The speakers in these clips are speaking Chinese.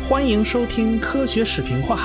欢迎收听科学视频化。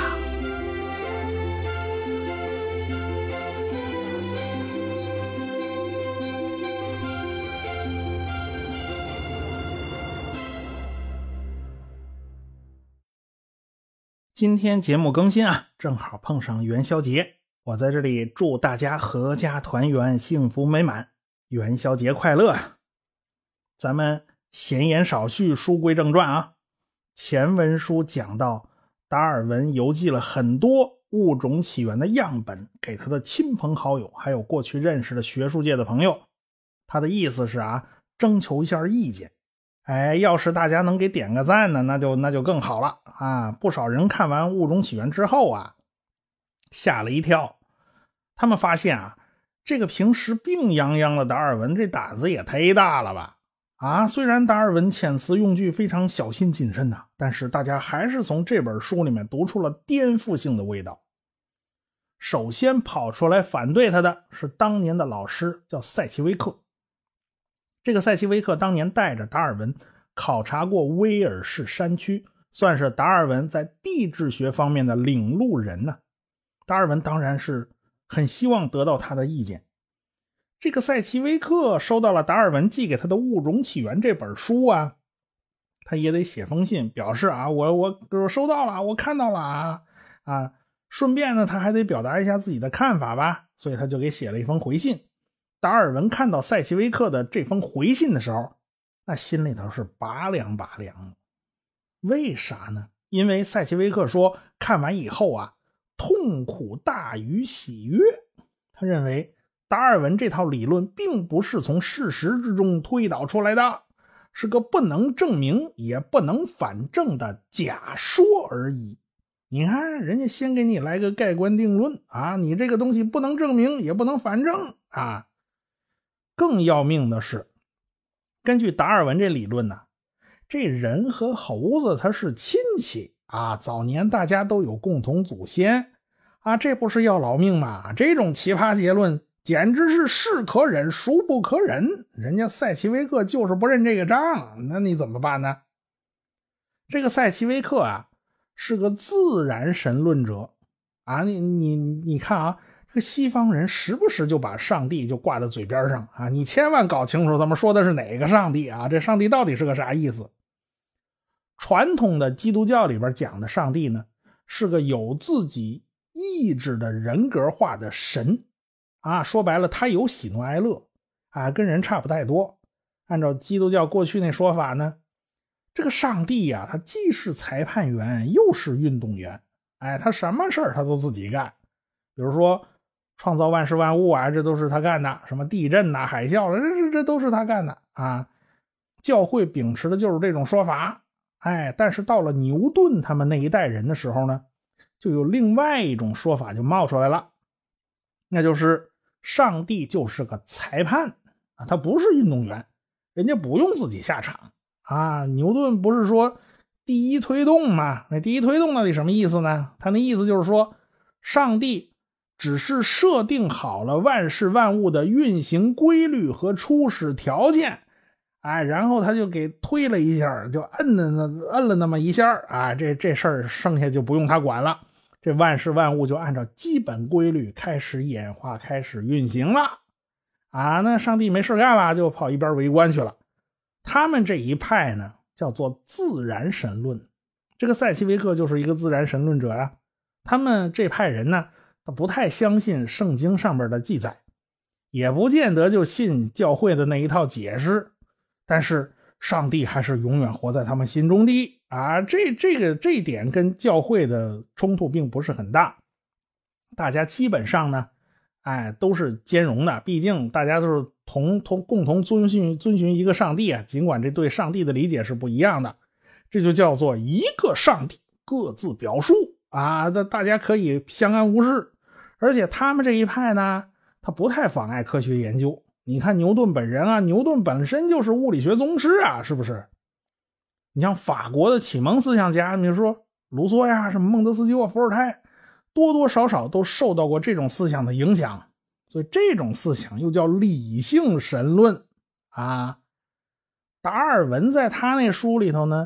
今天节目更新啊，正好碰上元宵节，我在这里祝大家阖家团圆，幸福美满，元宵节快乐啊！咱们闲言少叙，书归正传啊。前文书讲到，达尔文邮寄了很多物种起源的样本给他的亲朋好友，还有过去认识的学术界的朋友。他的意思是征求一下意见。要是大家能给点个赞呢，那就更好了啊！不少人看完物种起源之后吓了一跳。他们发现这个平时病殃殃的达尔文，这胆子也忒大了吧？虽然达尔文遣词用句非常小心谨慎但是大家还是从这本书里面读出了颠覆性的味道。首先跑出来反对他的是当年的老师，叫塞奇威克。这个塞奇威克当年带着达尔文考察过威尔士山区，算是达尔文在地质学方面的领路人呢。达尔文当然是很希望得到他的意见。这个塞奇威克收到了达尔文寄给他的《物种起源》这本书他也得写封信表示我收到了，我看到了顺便呢他还得表达一下自己的看法吧，所以他就给写了一封回信。达尔文看到塞奇威克的这封回信的时候，那心里头是拔凉拔凉。为啥呢？因为塞奇威克说看完以后痛苦大于喜悦。他认为达尔文这套理论并不是从事实之中推导出来的，是个不能证明也不能反证的假说而已。你看人家先给你来个盖棺定论你这个东西不能证明也不能反证更要命的是，根据达尔文这理论这人和猴子它是亲戚早年大家都有共同祖先这不是要老命吗？这种奇葩结论简直是是可忍孰不可忍，人家塞奇威克就是不认这个账，那你怎么办呢？这个塞奇威克是个自然神论者你看这个西方人时不时就把上帝就挂在嘴边上你千万搞清楚他们说的是哪个上帝这上帝到底是个啥意思。传统的基督教里边讲的上帝呢，是个有自己意志的人格化的神说白了他有喜怒哀乐跟人差不太多。按照基督教过去那说法呢，这个上帝他既是裁判员又是运动员他什么事儿他都自己干。比如说创造万事万物这都是他干的，什么地震海啸这都是他干的教会秉持的就是这种说法但是到了牛顿他们那一代人的时候呢，就有另外一种说法就冒出来了，那就是上帝就是个裁判他不是运动员，人家不用自己下场牛顿不是说第一推动吗？那第一推动到底什么意思呢？他那意思就是说上帝只是设定好了万事万物的运行规律和初始条件然后他就给推了一下，就摁了那么一下这事儿剩下就不用他管了，这万事万物就按照基本规律开始演化开始运行了那上帝没事干了，就跑一边围观去了。他们这一派呢叫做自然神论，这个塞奇威克就是一个自然神论者他们这派人呢，他不太相信圣经上面的记载，也不见得就信教会的那一套解释，但是上帝还是永远活在他们心中的这一点跟教会的冲突并不是很大，大家基本上呢都是兼容的，毕竟大家都是共同遵循一个上帝尽管这对上帝的理解是不一样的，这就叫做一个上帝各自表述大家可以相安无事。而且他们这一派呢，他不太妨碍科学研究。你看牛顿本人牛顿本身就是物理学宗师是不是？你像法国的启蒙思想家，比如说卢梭什么孟德斯鸠伏尔泰，多多少少都受到过这种思想的影响，所以这种思想又叫理性神论达尔文在他那书里头呢，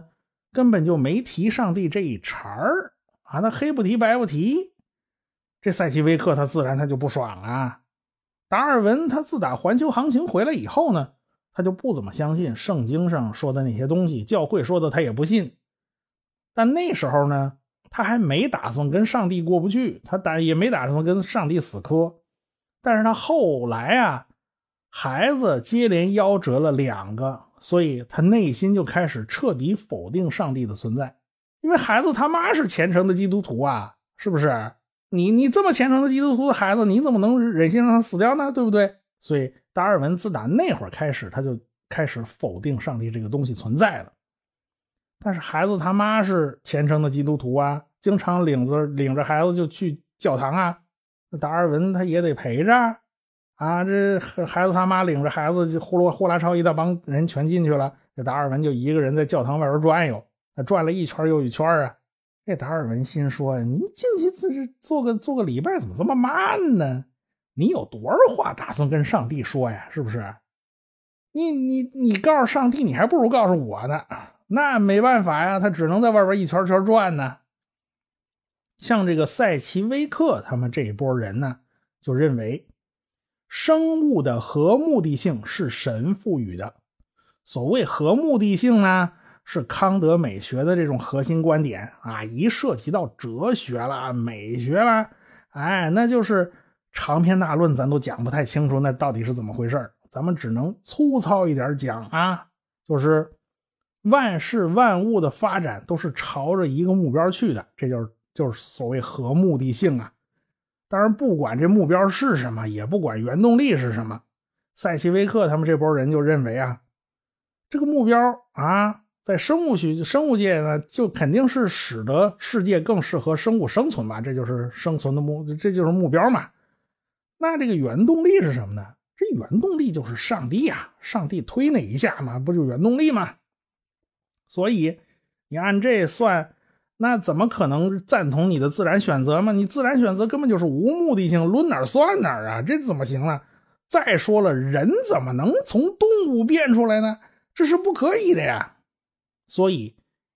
根本就没提上帝这一茬儿啊，他黑不提白不提。这塞奇维克他自然他就不爽啊。达尔文他自打环球航行回来以后呢，他就不怎么相信圣经上说的那些东西，教会说的他也不信。但那时候呢，他还没打算跟上帝过不去，他也没打算跟上帝死磕。但是他后来啊，孩子接连夭折了2个，所以他内心就开始彻底否定上帝的存在。因为孩子他妈是虔诚的基督徒啊，是不是？你这么虔诚的基督徒的孩子，你怎么能忍心让他死掉呢？对不对？所以达尔文自打那会儿开始，他就开始否定上帝这个东西存在了。但是孩子他妈是虔诚的基督徒啊，经常领着孩子就去教堂啊，那达尔文他也得陪着啊。这孩子他妈领着孩子就呼啦超一大帮人全进去了，这达尔文就一个人在教堂外边转悠，他转了一圈又一圈啊。这达尔文心说，你进去做个礼拜怎么这么慢呢？你有多少话打算跟上帝说呀？是不是？你告诉上帝，你还不如告诉我呢。那没办法呀，他只能在外边一圈圈转呢。像这个塞奇威克他们这一波人呢，就认为生物的核目的性是神赋予的。所谓核目的性呢，是康德美学的这种核心观点啊，一涉及到哲学啦、美学啦，那就是长篇大论咱都讲不太清楚那到底是怎么回事，咱们只能粗糙一点讲啊，就是万事万物的发展都是朝着一个目标去的，这就是所谓核目的性啊。当然不管这目标是什么，也不管原动力是什么，塞奇维克他们这波人就认为啊，这个目标啊，在生物界呢，就肯定是使得世界更适合生物生存嘛，这就是生存的这就是目标嘛。那这个原动力是什么呢？这原动力就是上帝啊，上帝推那一下嘛，不就原动力吗？所以你按这算，那怎么可能赞同你的自然选择吗？你自然选择根本就是无目的性，抡哪儿算哪儿啊，这怎么行了？再说了，人怎么能从动物变出来呢？这是不可以的呀。所以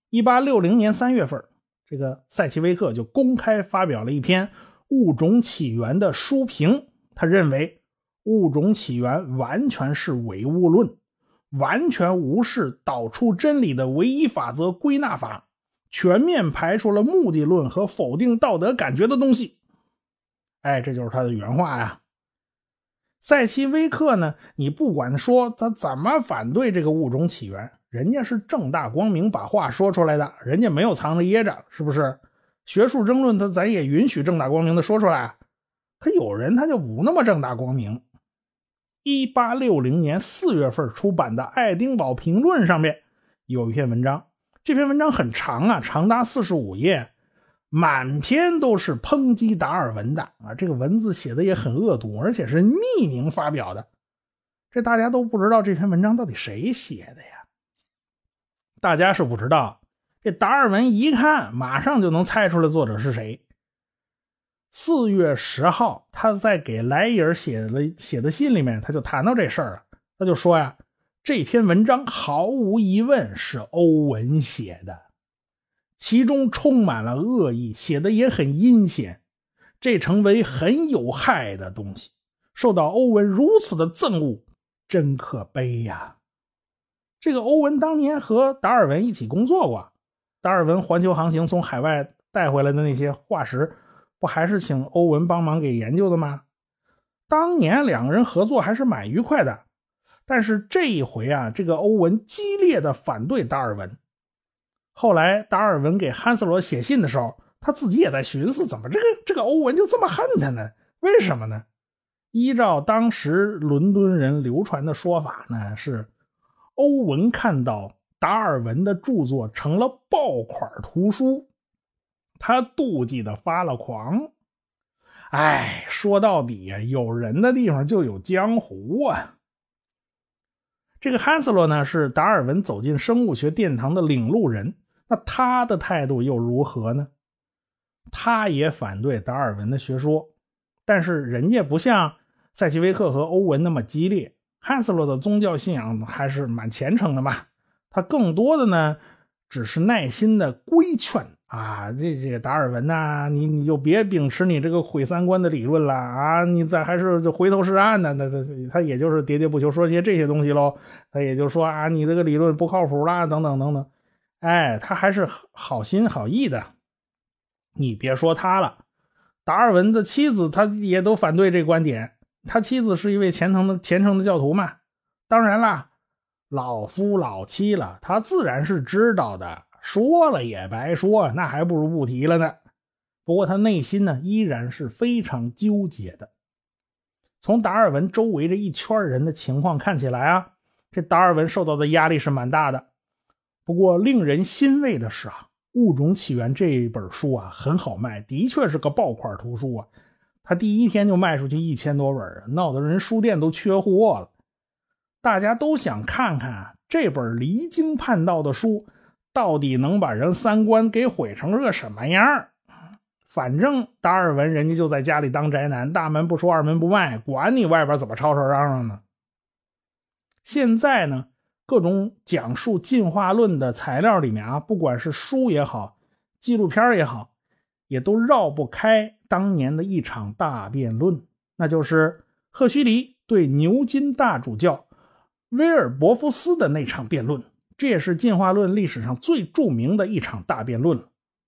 1860年3月份，这个塞奇维克就公开发表了一篇物种起源的书评。他认为物种起源完全是唯物论，完全无视导出真理的唯一法则归纳法，全面排除了目的论和否定道德感觉的东西。这就是他的原话呀。塞奇威克呢，你不管说他怎么反对这个物种起源，人家是正大光明把话说出来的，人家没有藏着掖着，是不是？学术争论咱也允许正大光明的说出来。可有人他就不那么正大光明。1860年4月份出版的《爱丁堡评论》上面有一篇文章，这篇文章很长啊，长达45页，满篇都是抨击达尔文的啊，这个文字写的也很恶毒，而且是匿名发表的。这大家都不知道这篇文章到底谁写的呀？大家是不知道，这达尔文一看马上就能猜出来作者是谁。4月10号，他在给莱伊尔写的信里面，他就谈到这事儿了。他就说呀，这篇文章毫无疑问是欧文写的，其中充满了恶意，写的也很阴险，这成为很有害的东西，受到欧文如此的憎恶，真可悲呀。这个欧文当年和达尔文一起工作过，达尔文环球航行从海外带回来的那些化石，不还是请欧文帮忙给研究的吗？当年两个人合作还是蛮愉快的。但是这一回啊，这个欧文激烈的反对达尔文。后来达尔文给汉斯罗写信的时候，他自己也在寻思，怎么这个欧文就这么恨他呢？为什么呢？依照当时伦敦人流传的说法呢，是欧文看到达尔文的著作成了爆款图书，他妒忌的发了狂。说到底啊，有人的地方就有江湖啊。这个汉斯洛呢，是达尔文走进生物学殿堂的领路人，那他的态度又如何呢？他也反对达尔文的学说，但是人家不像塞奇维克和欧文那么激烈。汉斯洛的宗教信仰还是蛮虔诚的嘛，他更多的呢只是耐心的规劝啊，这个达尔文呐，你就别秉持你这个毁三观的理论了啊，你再还是就回头是岸呢，他也就是喋喋不休说些这些东西喽，他也就说啊，你这个理论不靠谱啦，等等等等，他还是好心好意的。你别说他了，达尔文的妻子他也都反对这观点，他妻子是一位虔诚的教徒嘛，当然啦，老夫老妻了，他自然是知道的，说了也白说，那还不如不提了呢。不过他内心呢依然是非常纠结的。从达尔文周围这一圈人的情况看起来啊，这达尔文受到的压力是蛮大的。不过令人欣慰的是啊，物种起源这本书啊很好卖，的确是个爆款图书啊。他第一天就卖出去1000多本，闹得人书店都缺货了。大家都想看看这本离经叛道的书到底能把人三观给毁成个什么样。反正达尔文人家就在家里当宅男，大门不出二门不迈，管你外边怎么吵吵嚷嚷呢。现在呢，各种讲述进化论的材料里面啊，不管是书也好，纪录片也好，也都绕不开当年的一场大辩论，那就是赫胥黎对牛津大主教威尔伯夫斯的那场辩论，这也是进化论历史上最著名的一场大辩论了。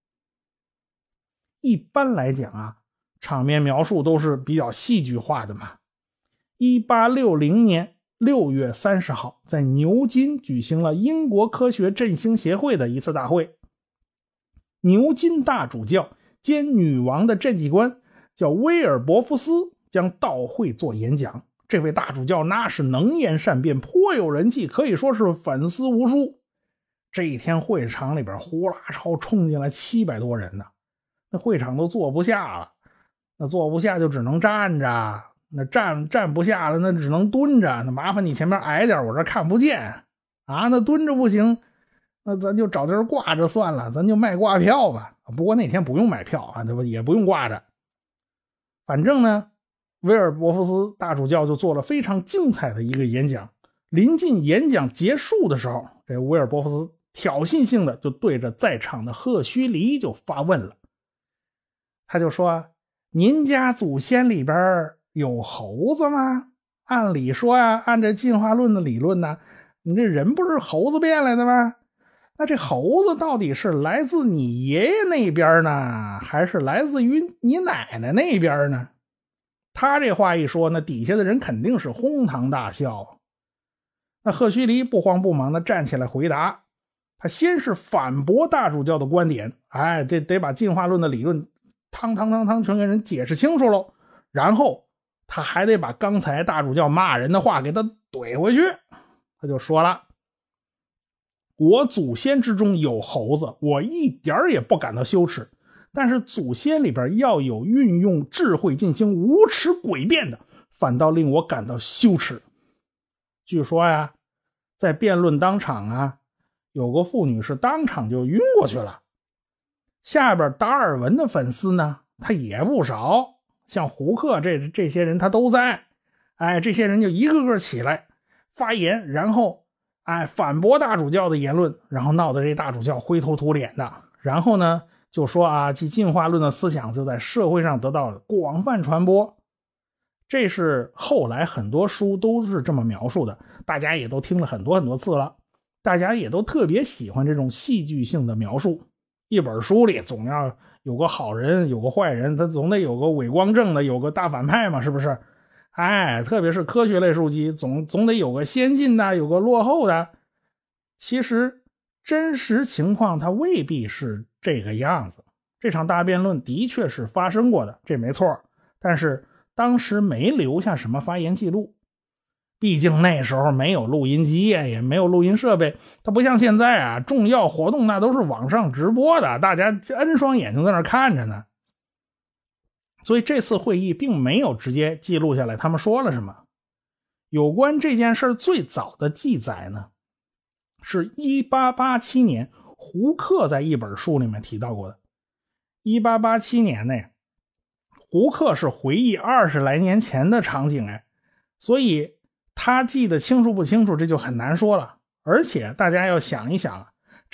一般来讲啊，场面描述都是比较戏剧化的嘛。1860年6月30号，在牛津举行了英国科学振兴协会的一次大会。牛津大主教兼女王的政绩官叫威尔伯夫斯将到会做演讲。这位大主教那是能言善辩，颇有人气，可以说是粉丝无数。这一天会场里边呼啦超冲进来700多人呢，那会场都坐不下了，那坐不下就只能站着，那站不下了那只能蹲着，那麻烦你前面矮点，我这看不见啊，那蹲着不行，那咱就找地儿挂着算了，咱就卖挂票吧。不过那天不用买票啊，对吧？也不用挂着。反正呢，威尔伯夫斯大主教就做了非常精彩的一个演讲。临近演讲结束的时候，这威尔伯夫斯挑衅性的就对着在场的赫胥黎就发问了。他就说，您家祖先里边有猴子吗？按理说啊，按这进化论的理论呢，你这人不是猴子变来的吗？那这猴子到底是来自你爷爷那边呢，还是来自于你奶奶那边呢？他这话一说，那底下的人肯定是哄堂大笑。那赫胥黎不慌不忙的站起来回答，他先是反驳大主教的观点，得把进化论的理论汤全给人解释清楚喽。然后他还得把刚才大主教骂人的话给他怼回去。他就说了，我祖先之中有猴子，我一点也不感到羞耻，但是祖先里边要有运用智慧进行无耻诡辩的，反倒令我感到羞耻。据说呀，在辩论当场啊，有个妇女是当场就晕过去了。下边达尔文的粉丝呢，他也不少，像胡克这些人他都在。这些人就一个个起来发言，然后反驳大主教的言论，然后闹得这大主教灰头土脸的。然后呢，就说其进化论的思想就在社会上得到了广泛传播。这是后来很多书都是这么描述的，大家也都听了很多次了，大家也都特别喜欢这种戏剧性的描述。一本书里总要有个好人有个坏人，他总得有个伪光正的，有个大反派嘛，是不是？特别是科学类书籍总得有个先进的，有个落后的。其实真实情况它未必是这个样子。这场大辩论的确是发生过的，这没错，但是当时没留下什么发言记录，毕竟那时候没有录音机也没有录音设备，它不像现在重要活动那都是网上直播的，大家 N 双眼睛在那看着呢。所以这次会议并没有直接记录下来他们说了什么。有关这件事最早的记载呢，是1887年胡克在一本书里面提到过的。1887年呢，胡克是回忆20来年前的场景所以他记得清楚不清楚这就很难说了。而且大家要想一想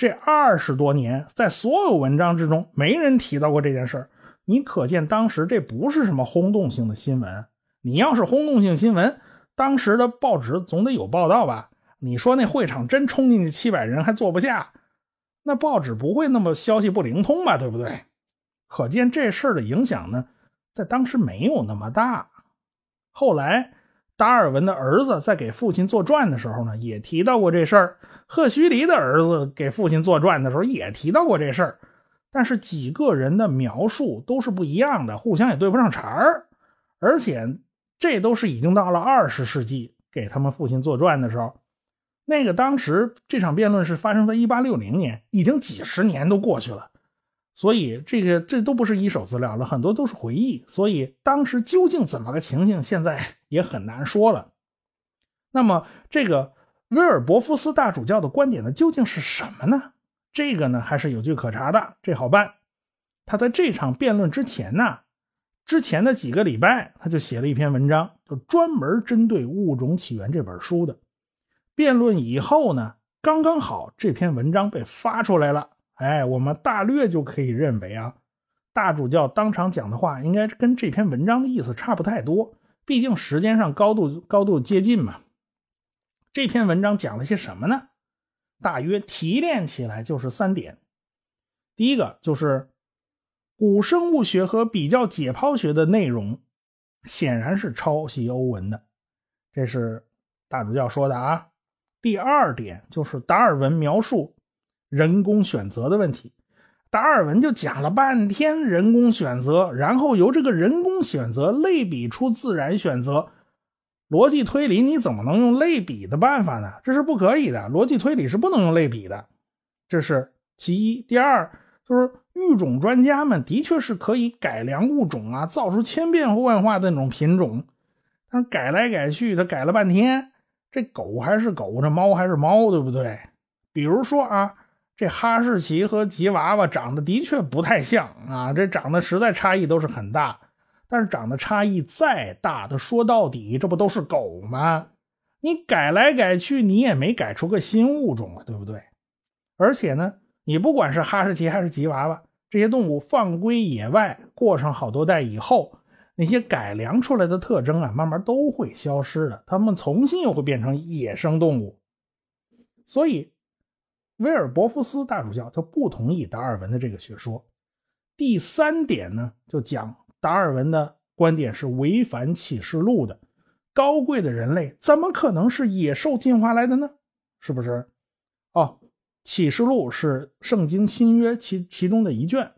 这20多年在所有文章之中没人提到过这件事儿，你可见当时这不是什么轰动性的新闻。你要是轰动性新闻，当时的报纸总得有报道吧？你说那会场真冲进去700人还坐不下，那报纸不会那么消息不灵通吧，对不对？可见这事儿的影响呢，在当时没有那么大。后来达尔文的儿子在给父亲作传的时候呢，也提到过这事儿。赫胥黎的儿子给父亲作传的时候也提到过这事儿，但是几个人的描述都是不一样的，互相也对不上茬儿。而且这都是已经到了20世纪给他们父亲作传的时候，那个当时这场辩论是发生在1860年，已经几十年都过去了。所以这都不是一手资料了，很多都是回忆，所以当时究竟怎么个情形，现在也很难说了。那么这个威尔伯福斯大主教的观点呢，究竟是什么呢？这个呢还是有据可查的，这好办。他在这场辩论之前的几个礼拜，他就写了一篇文章，就专门针对《物种起源》这本书的。辩论以后呢，刚刚好这篇文章被发出来了。我们大略就可以认为大主教当场讲的话应该跟这篇文章的意思差不太多，毕竟时间上高度接近嘛。这篇文章讲了些什么呢？大约提炼起来就是3点。第一个就是古生物学和比较解剖学的内容显然是抄袭欧文的，这是大主教说的第二点就是达尔文描述人工选择的问题，达尔文就讲了半天人工选择，然后由这个人工选择类比出自然选择。逻辑推理你怎么能用类比的办法呢？这是不可以的，逻辑推理是不能用类比的，这是其一。第二就是育种专家们的确是可以改良物种造出千变万化的那种品种，但改来改去他改了半天，这狗还是狗，这猫还是猫，对不对？比如说这哈士奇和吉娃娃长得的确不太像这长得实在差异都是很大，但是长得差异再大的说到底这不都是狗吗？你改来改去你也没改出个新物种对不对？而且呢，你不管是哈士奇还是吉娃娃，这些动物放归野外过上好多代以后，那些改良出来的特征慢慢都会消失的，它们重新又会变成野生动物。所以威尔伯福斯大主教就不同意达尔文的这个学说。第3点呢，就讲达尔文的观点是违反启示录的，高贵的人类怎么可能是野兽进化来的呢？是不是？启示录是圣经新约其中的一卷。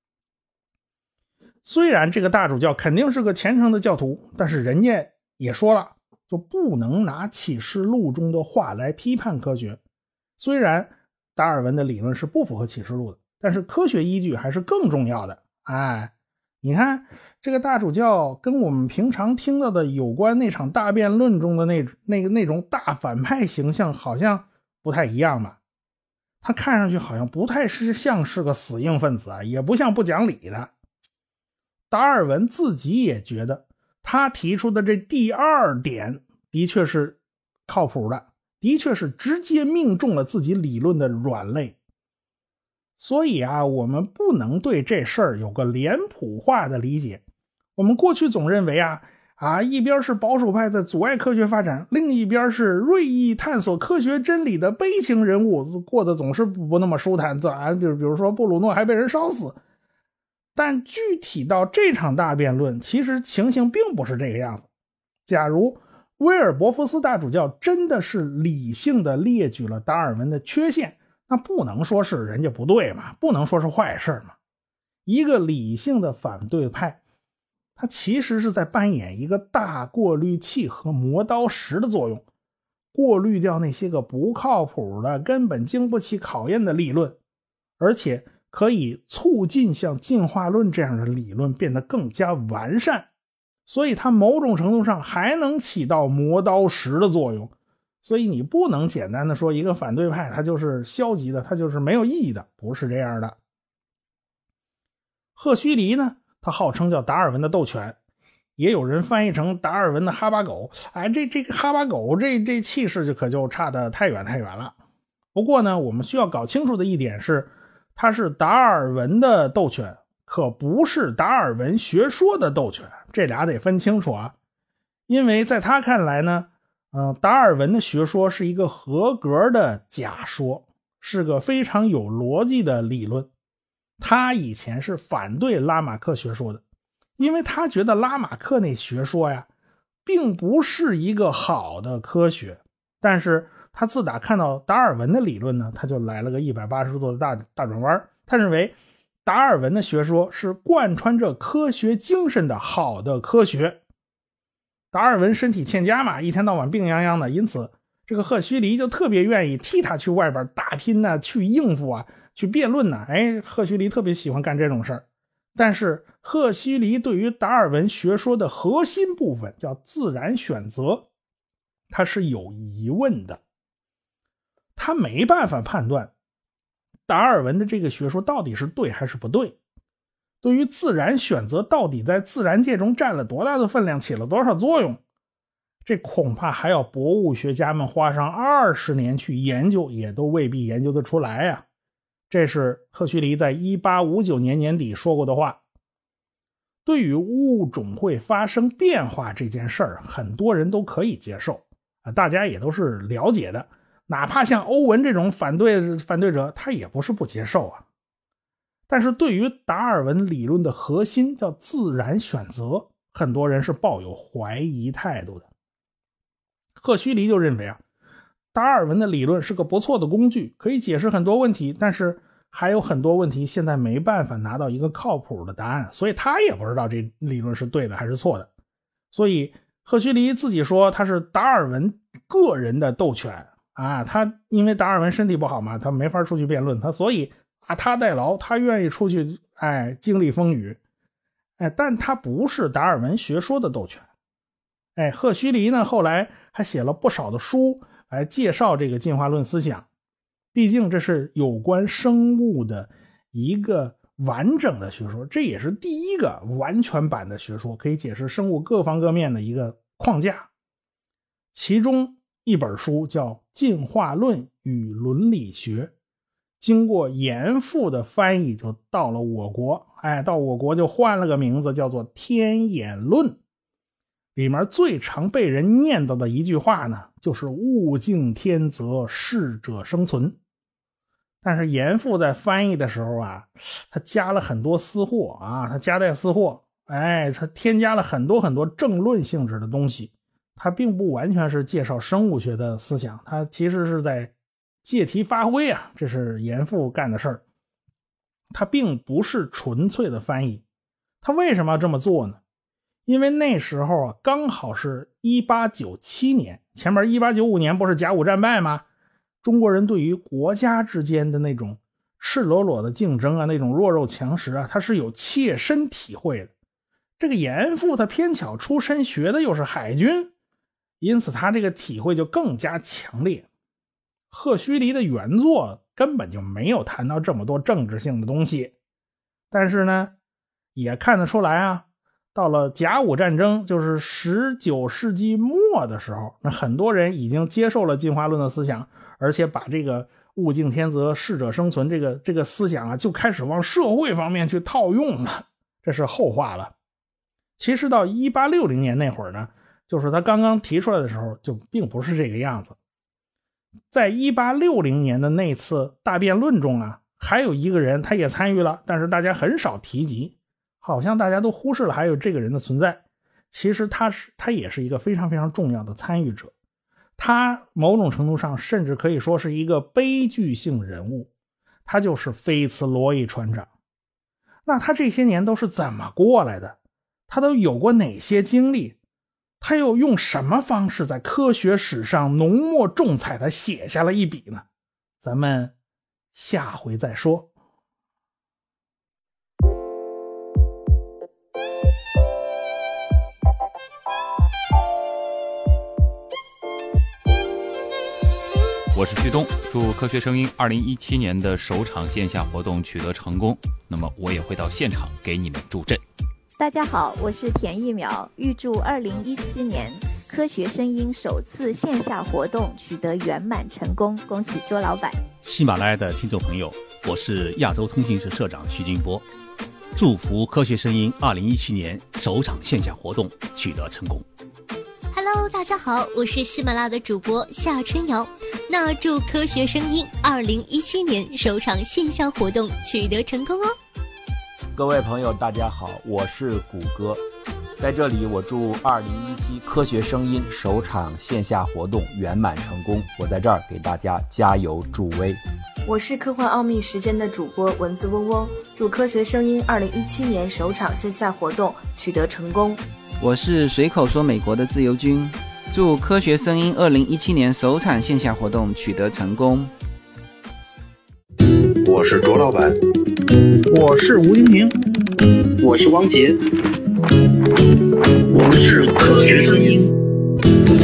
虽然这个大主教肯定是个虔诚的教徒，但是人家也说了，就不能拿启示录中的话来批判科学。虽然达尔文的理论是不符合启示录的，但是科学依据还是更重要的。你看这个大主教跟我们平常听到的有关那场大辩论中的那种大反派形象好像不太一样吧？他看上去好像不太像是个死硬分子也不像不讲理的。达尔文自己也觉得他提出的这第2点的确是靠谱的，的确是直接命中了自己理论的软肋。所以我们不能对这事儿有个脸谱化的理解。我们过去总认为一边是保守派在阻碍科学发展，另一边是锐意探索科学真理的悲情人物，过得总是不那么舒坦。比如说布鲁诺还被人烧死。但具体到这场大辩论，其实情形并不是这个样子。假如威尔伯福斯大主教真的是理性的列举了达尔文的缺陷，那不能说是人家不对嘛，不能说是坏事嘛。一个理性的反对派，他其实是在扮演一个大过滤器和磨刀石的作用，过滤掉那些个不靠谱的根本经不起考验的理论，而且可以促进像进化论这样的理论变得更加完善，所以它某种程度上还能起到磨刀石的作用。所以你不能简单的说一个反对派他就是消极的，他就是没有意义的，不是这样的。赫胥黎呢，他号称叫达尔文的斗犬，也有人翻译成达尔文的哈巴狗。这个哈巴狗这气势就可就差得太远了。 不过呢，我们需要搞清楚的一点是，它是达尔文的斗犬，可不是达尔文学说的斗犬，这俩得分清楚啊。因为在他看来呢，达尔文的学说是一个合格的假说，是个非常有逻辑的理论。他以前是反对拉马克学说的，因为他觉得拉马克那学说呀，并不是一个好的科学。但是他自打看到达尔文的理论呢，他就来了个180度的大转弯。他认为达尔文的学说是贯穿着科学精神的好的科学。达尔文身体欠佳嘛，一天到晚病殃殃的，因此这个赫胥黎就特别愿意替他去外边打拼啊，去应付啊，去辩论啊。赫胥黎特别喜欢干这种事儿。但是赫胥黎对于达尔文学说的核心部分叫自然选择，他是有疑问的。他没办法判断达尔文的这个学说到底是对还是不对。对于自然选择到底在自然界中占了多大的分量，起了多少作用，这恐怕还要博物学家们花上20年去研究，也都未必研究得出来呀。这是赫胥黎在1859年年底说过的话。对于物种会发生变化这件事儿，很多人都可以接受大家也都是了解的。哪怕像欧文这种反对者，他也不是不接受啊。但是对于达尔文理论的核心叫自然选择，很多人是抱有怀疑态度的。赫胥黎就认为达尔文的理论是个不错的工具，可以解释很多问题，但是还有很多问题现在没办法拿到一个靠谱的答案，所以他也不知道这理论是对的还是错的。所以赫胥黎自己说他是达尔文个人的斗犬他因为达尔文身体不好嘛，他没法出去辩论，所以他代劳，他愿意出去经历风雨但他不是达尔文学说的斗犬。赫胥黎呢后来还写了不少的书来介绍这个进化论思想，毕竟这是有关生物的一个完整的学说，这也是第一个完全版的学说，可以解释生物各方各面的一个框架。其中一本书叫《进化论与伦理学》，经过严复的翻译就到了我国，到我国就换了个名字，叫做《天演论》。里面最常被人念叨的一句话呢，就是物竞天择，适者生存。但是严复在翻译的时候他加了很多私货他夹带私货，他添加了很多政论性质的东西，他并不完全是介绍生物学的思想，他其实是在借题发挥这是严复干的事儿。他并不是纯粹的翻译。他为什么要这么做呢？因为那时候刚好是1897年，前面1895年不是甲午战败吗？中国人对于国家之间的那种赤裸裸的竞争那种弱肉强食他是有切身体会的。这个严复他偏巧出身学的又是海军，因此他这个体会就更加强烈。赫胥黎的原作根本就没有谈到这么多政治性的东西，但是呢也看得出来到了甲午战争，就是19世纪末的时候，那很多人已经接受了进化论的思想，而且把这个物竞天择，适者生存这个思想就开始往社会方面去套用了，这是后话了。其实到1860年那会儿呢，就是他刚刚提出来的时候，就并不是这个样子。在1860年的那次大辩论中还有一个人他也参与了，但是大家很少提及，好像大家都忽视了还有这个人的存在。其实他也是一个非常非常重要的参与者，他某种程度上甚至可以说是一个悲剧性人物，他就是菲茨罗伊船长。那他这些年都是怎么过来的？他都有过哪些经历？他又用什么方式在科学史上浓墨重彩地写下了一笔呢？咱们下回再说。 我是旭东，祝科学声音2017年的首场线下活动取得成功，那么我也会到现场给你们助阵。 大家好，我是田一苗，预祝2017年科学声音首次线下活动取得圆满成功，恭喜周老板。 喜马拉雅的听众朋友，我是亚洲通信社社长徐金波，祝福科学声音2017年首场线下活动取得成功。 Hello， 大家好，我是喜马拉雅的主播夏春瑶。那祝科学声音2017年首场线下活动取得成功哦。 各位朋友，大家好，我是谷歌，在这里我祝2017科学声音首场线下活动圆满成功，我在这儿给大家加油助威。 我是科幻奥秘时间的主播蚊子嗡嗡，祝科学声音2017年首场线下活动取得成功。 我是随口说美国的自由军，祝科学声音2017年首场线下活动取得成功。 我是卓老板， 我是吴晶晶， 我是汪杰， 我们是科学声音。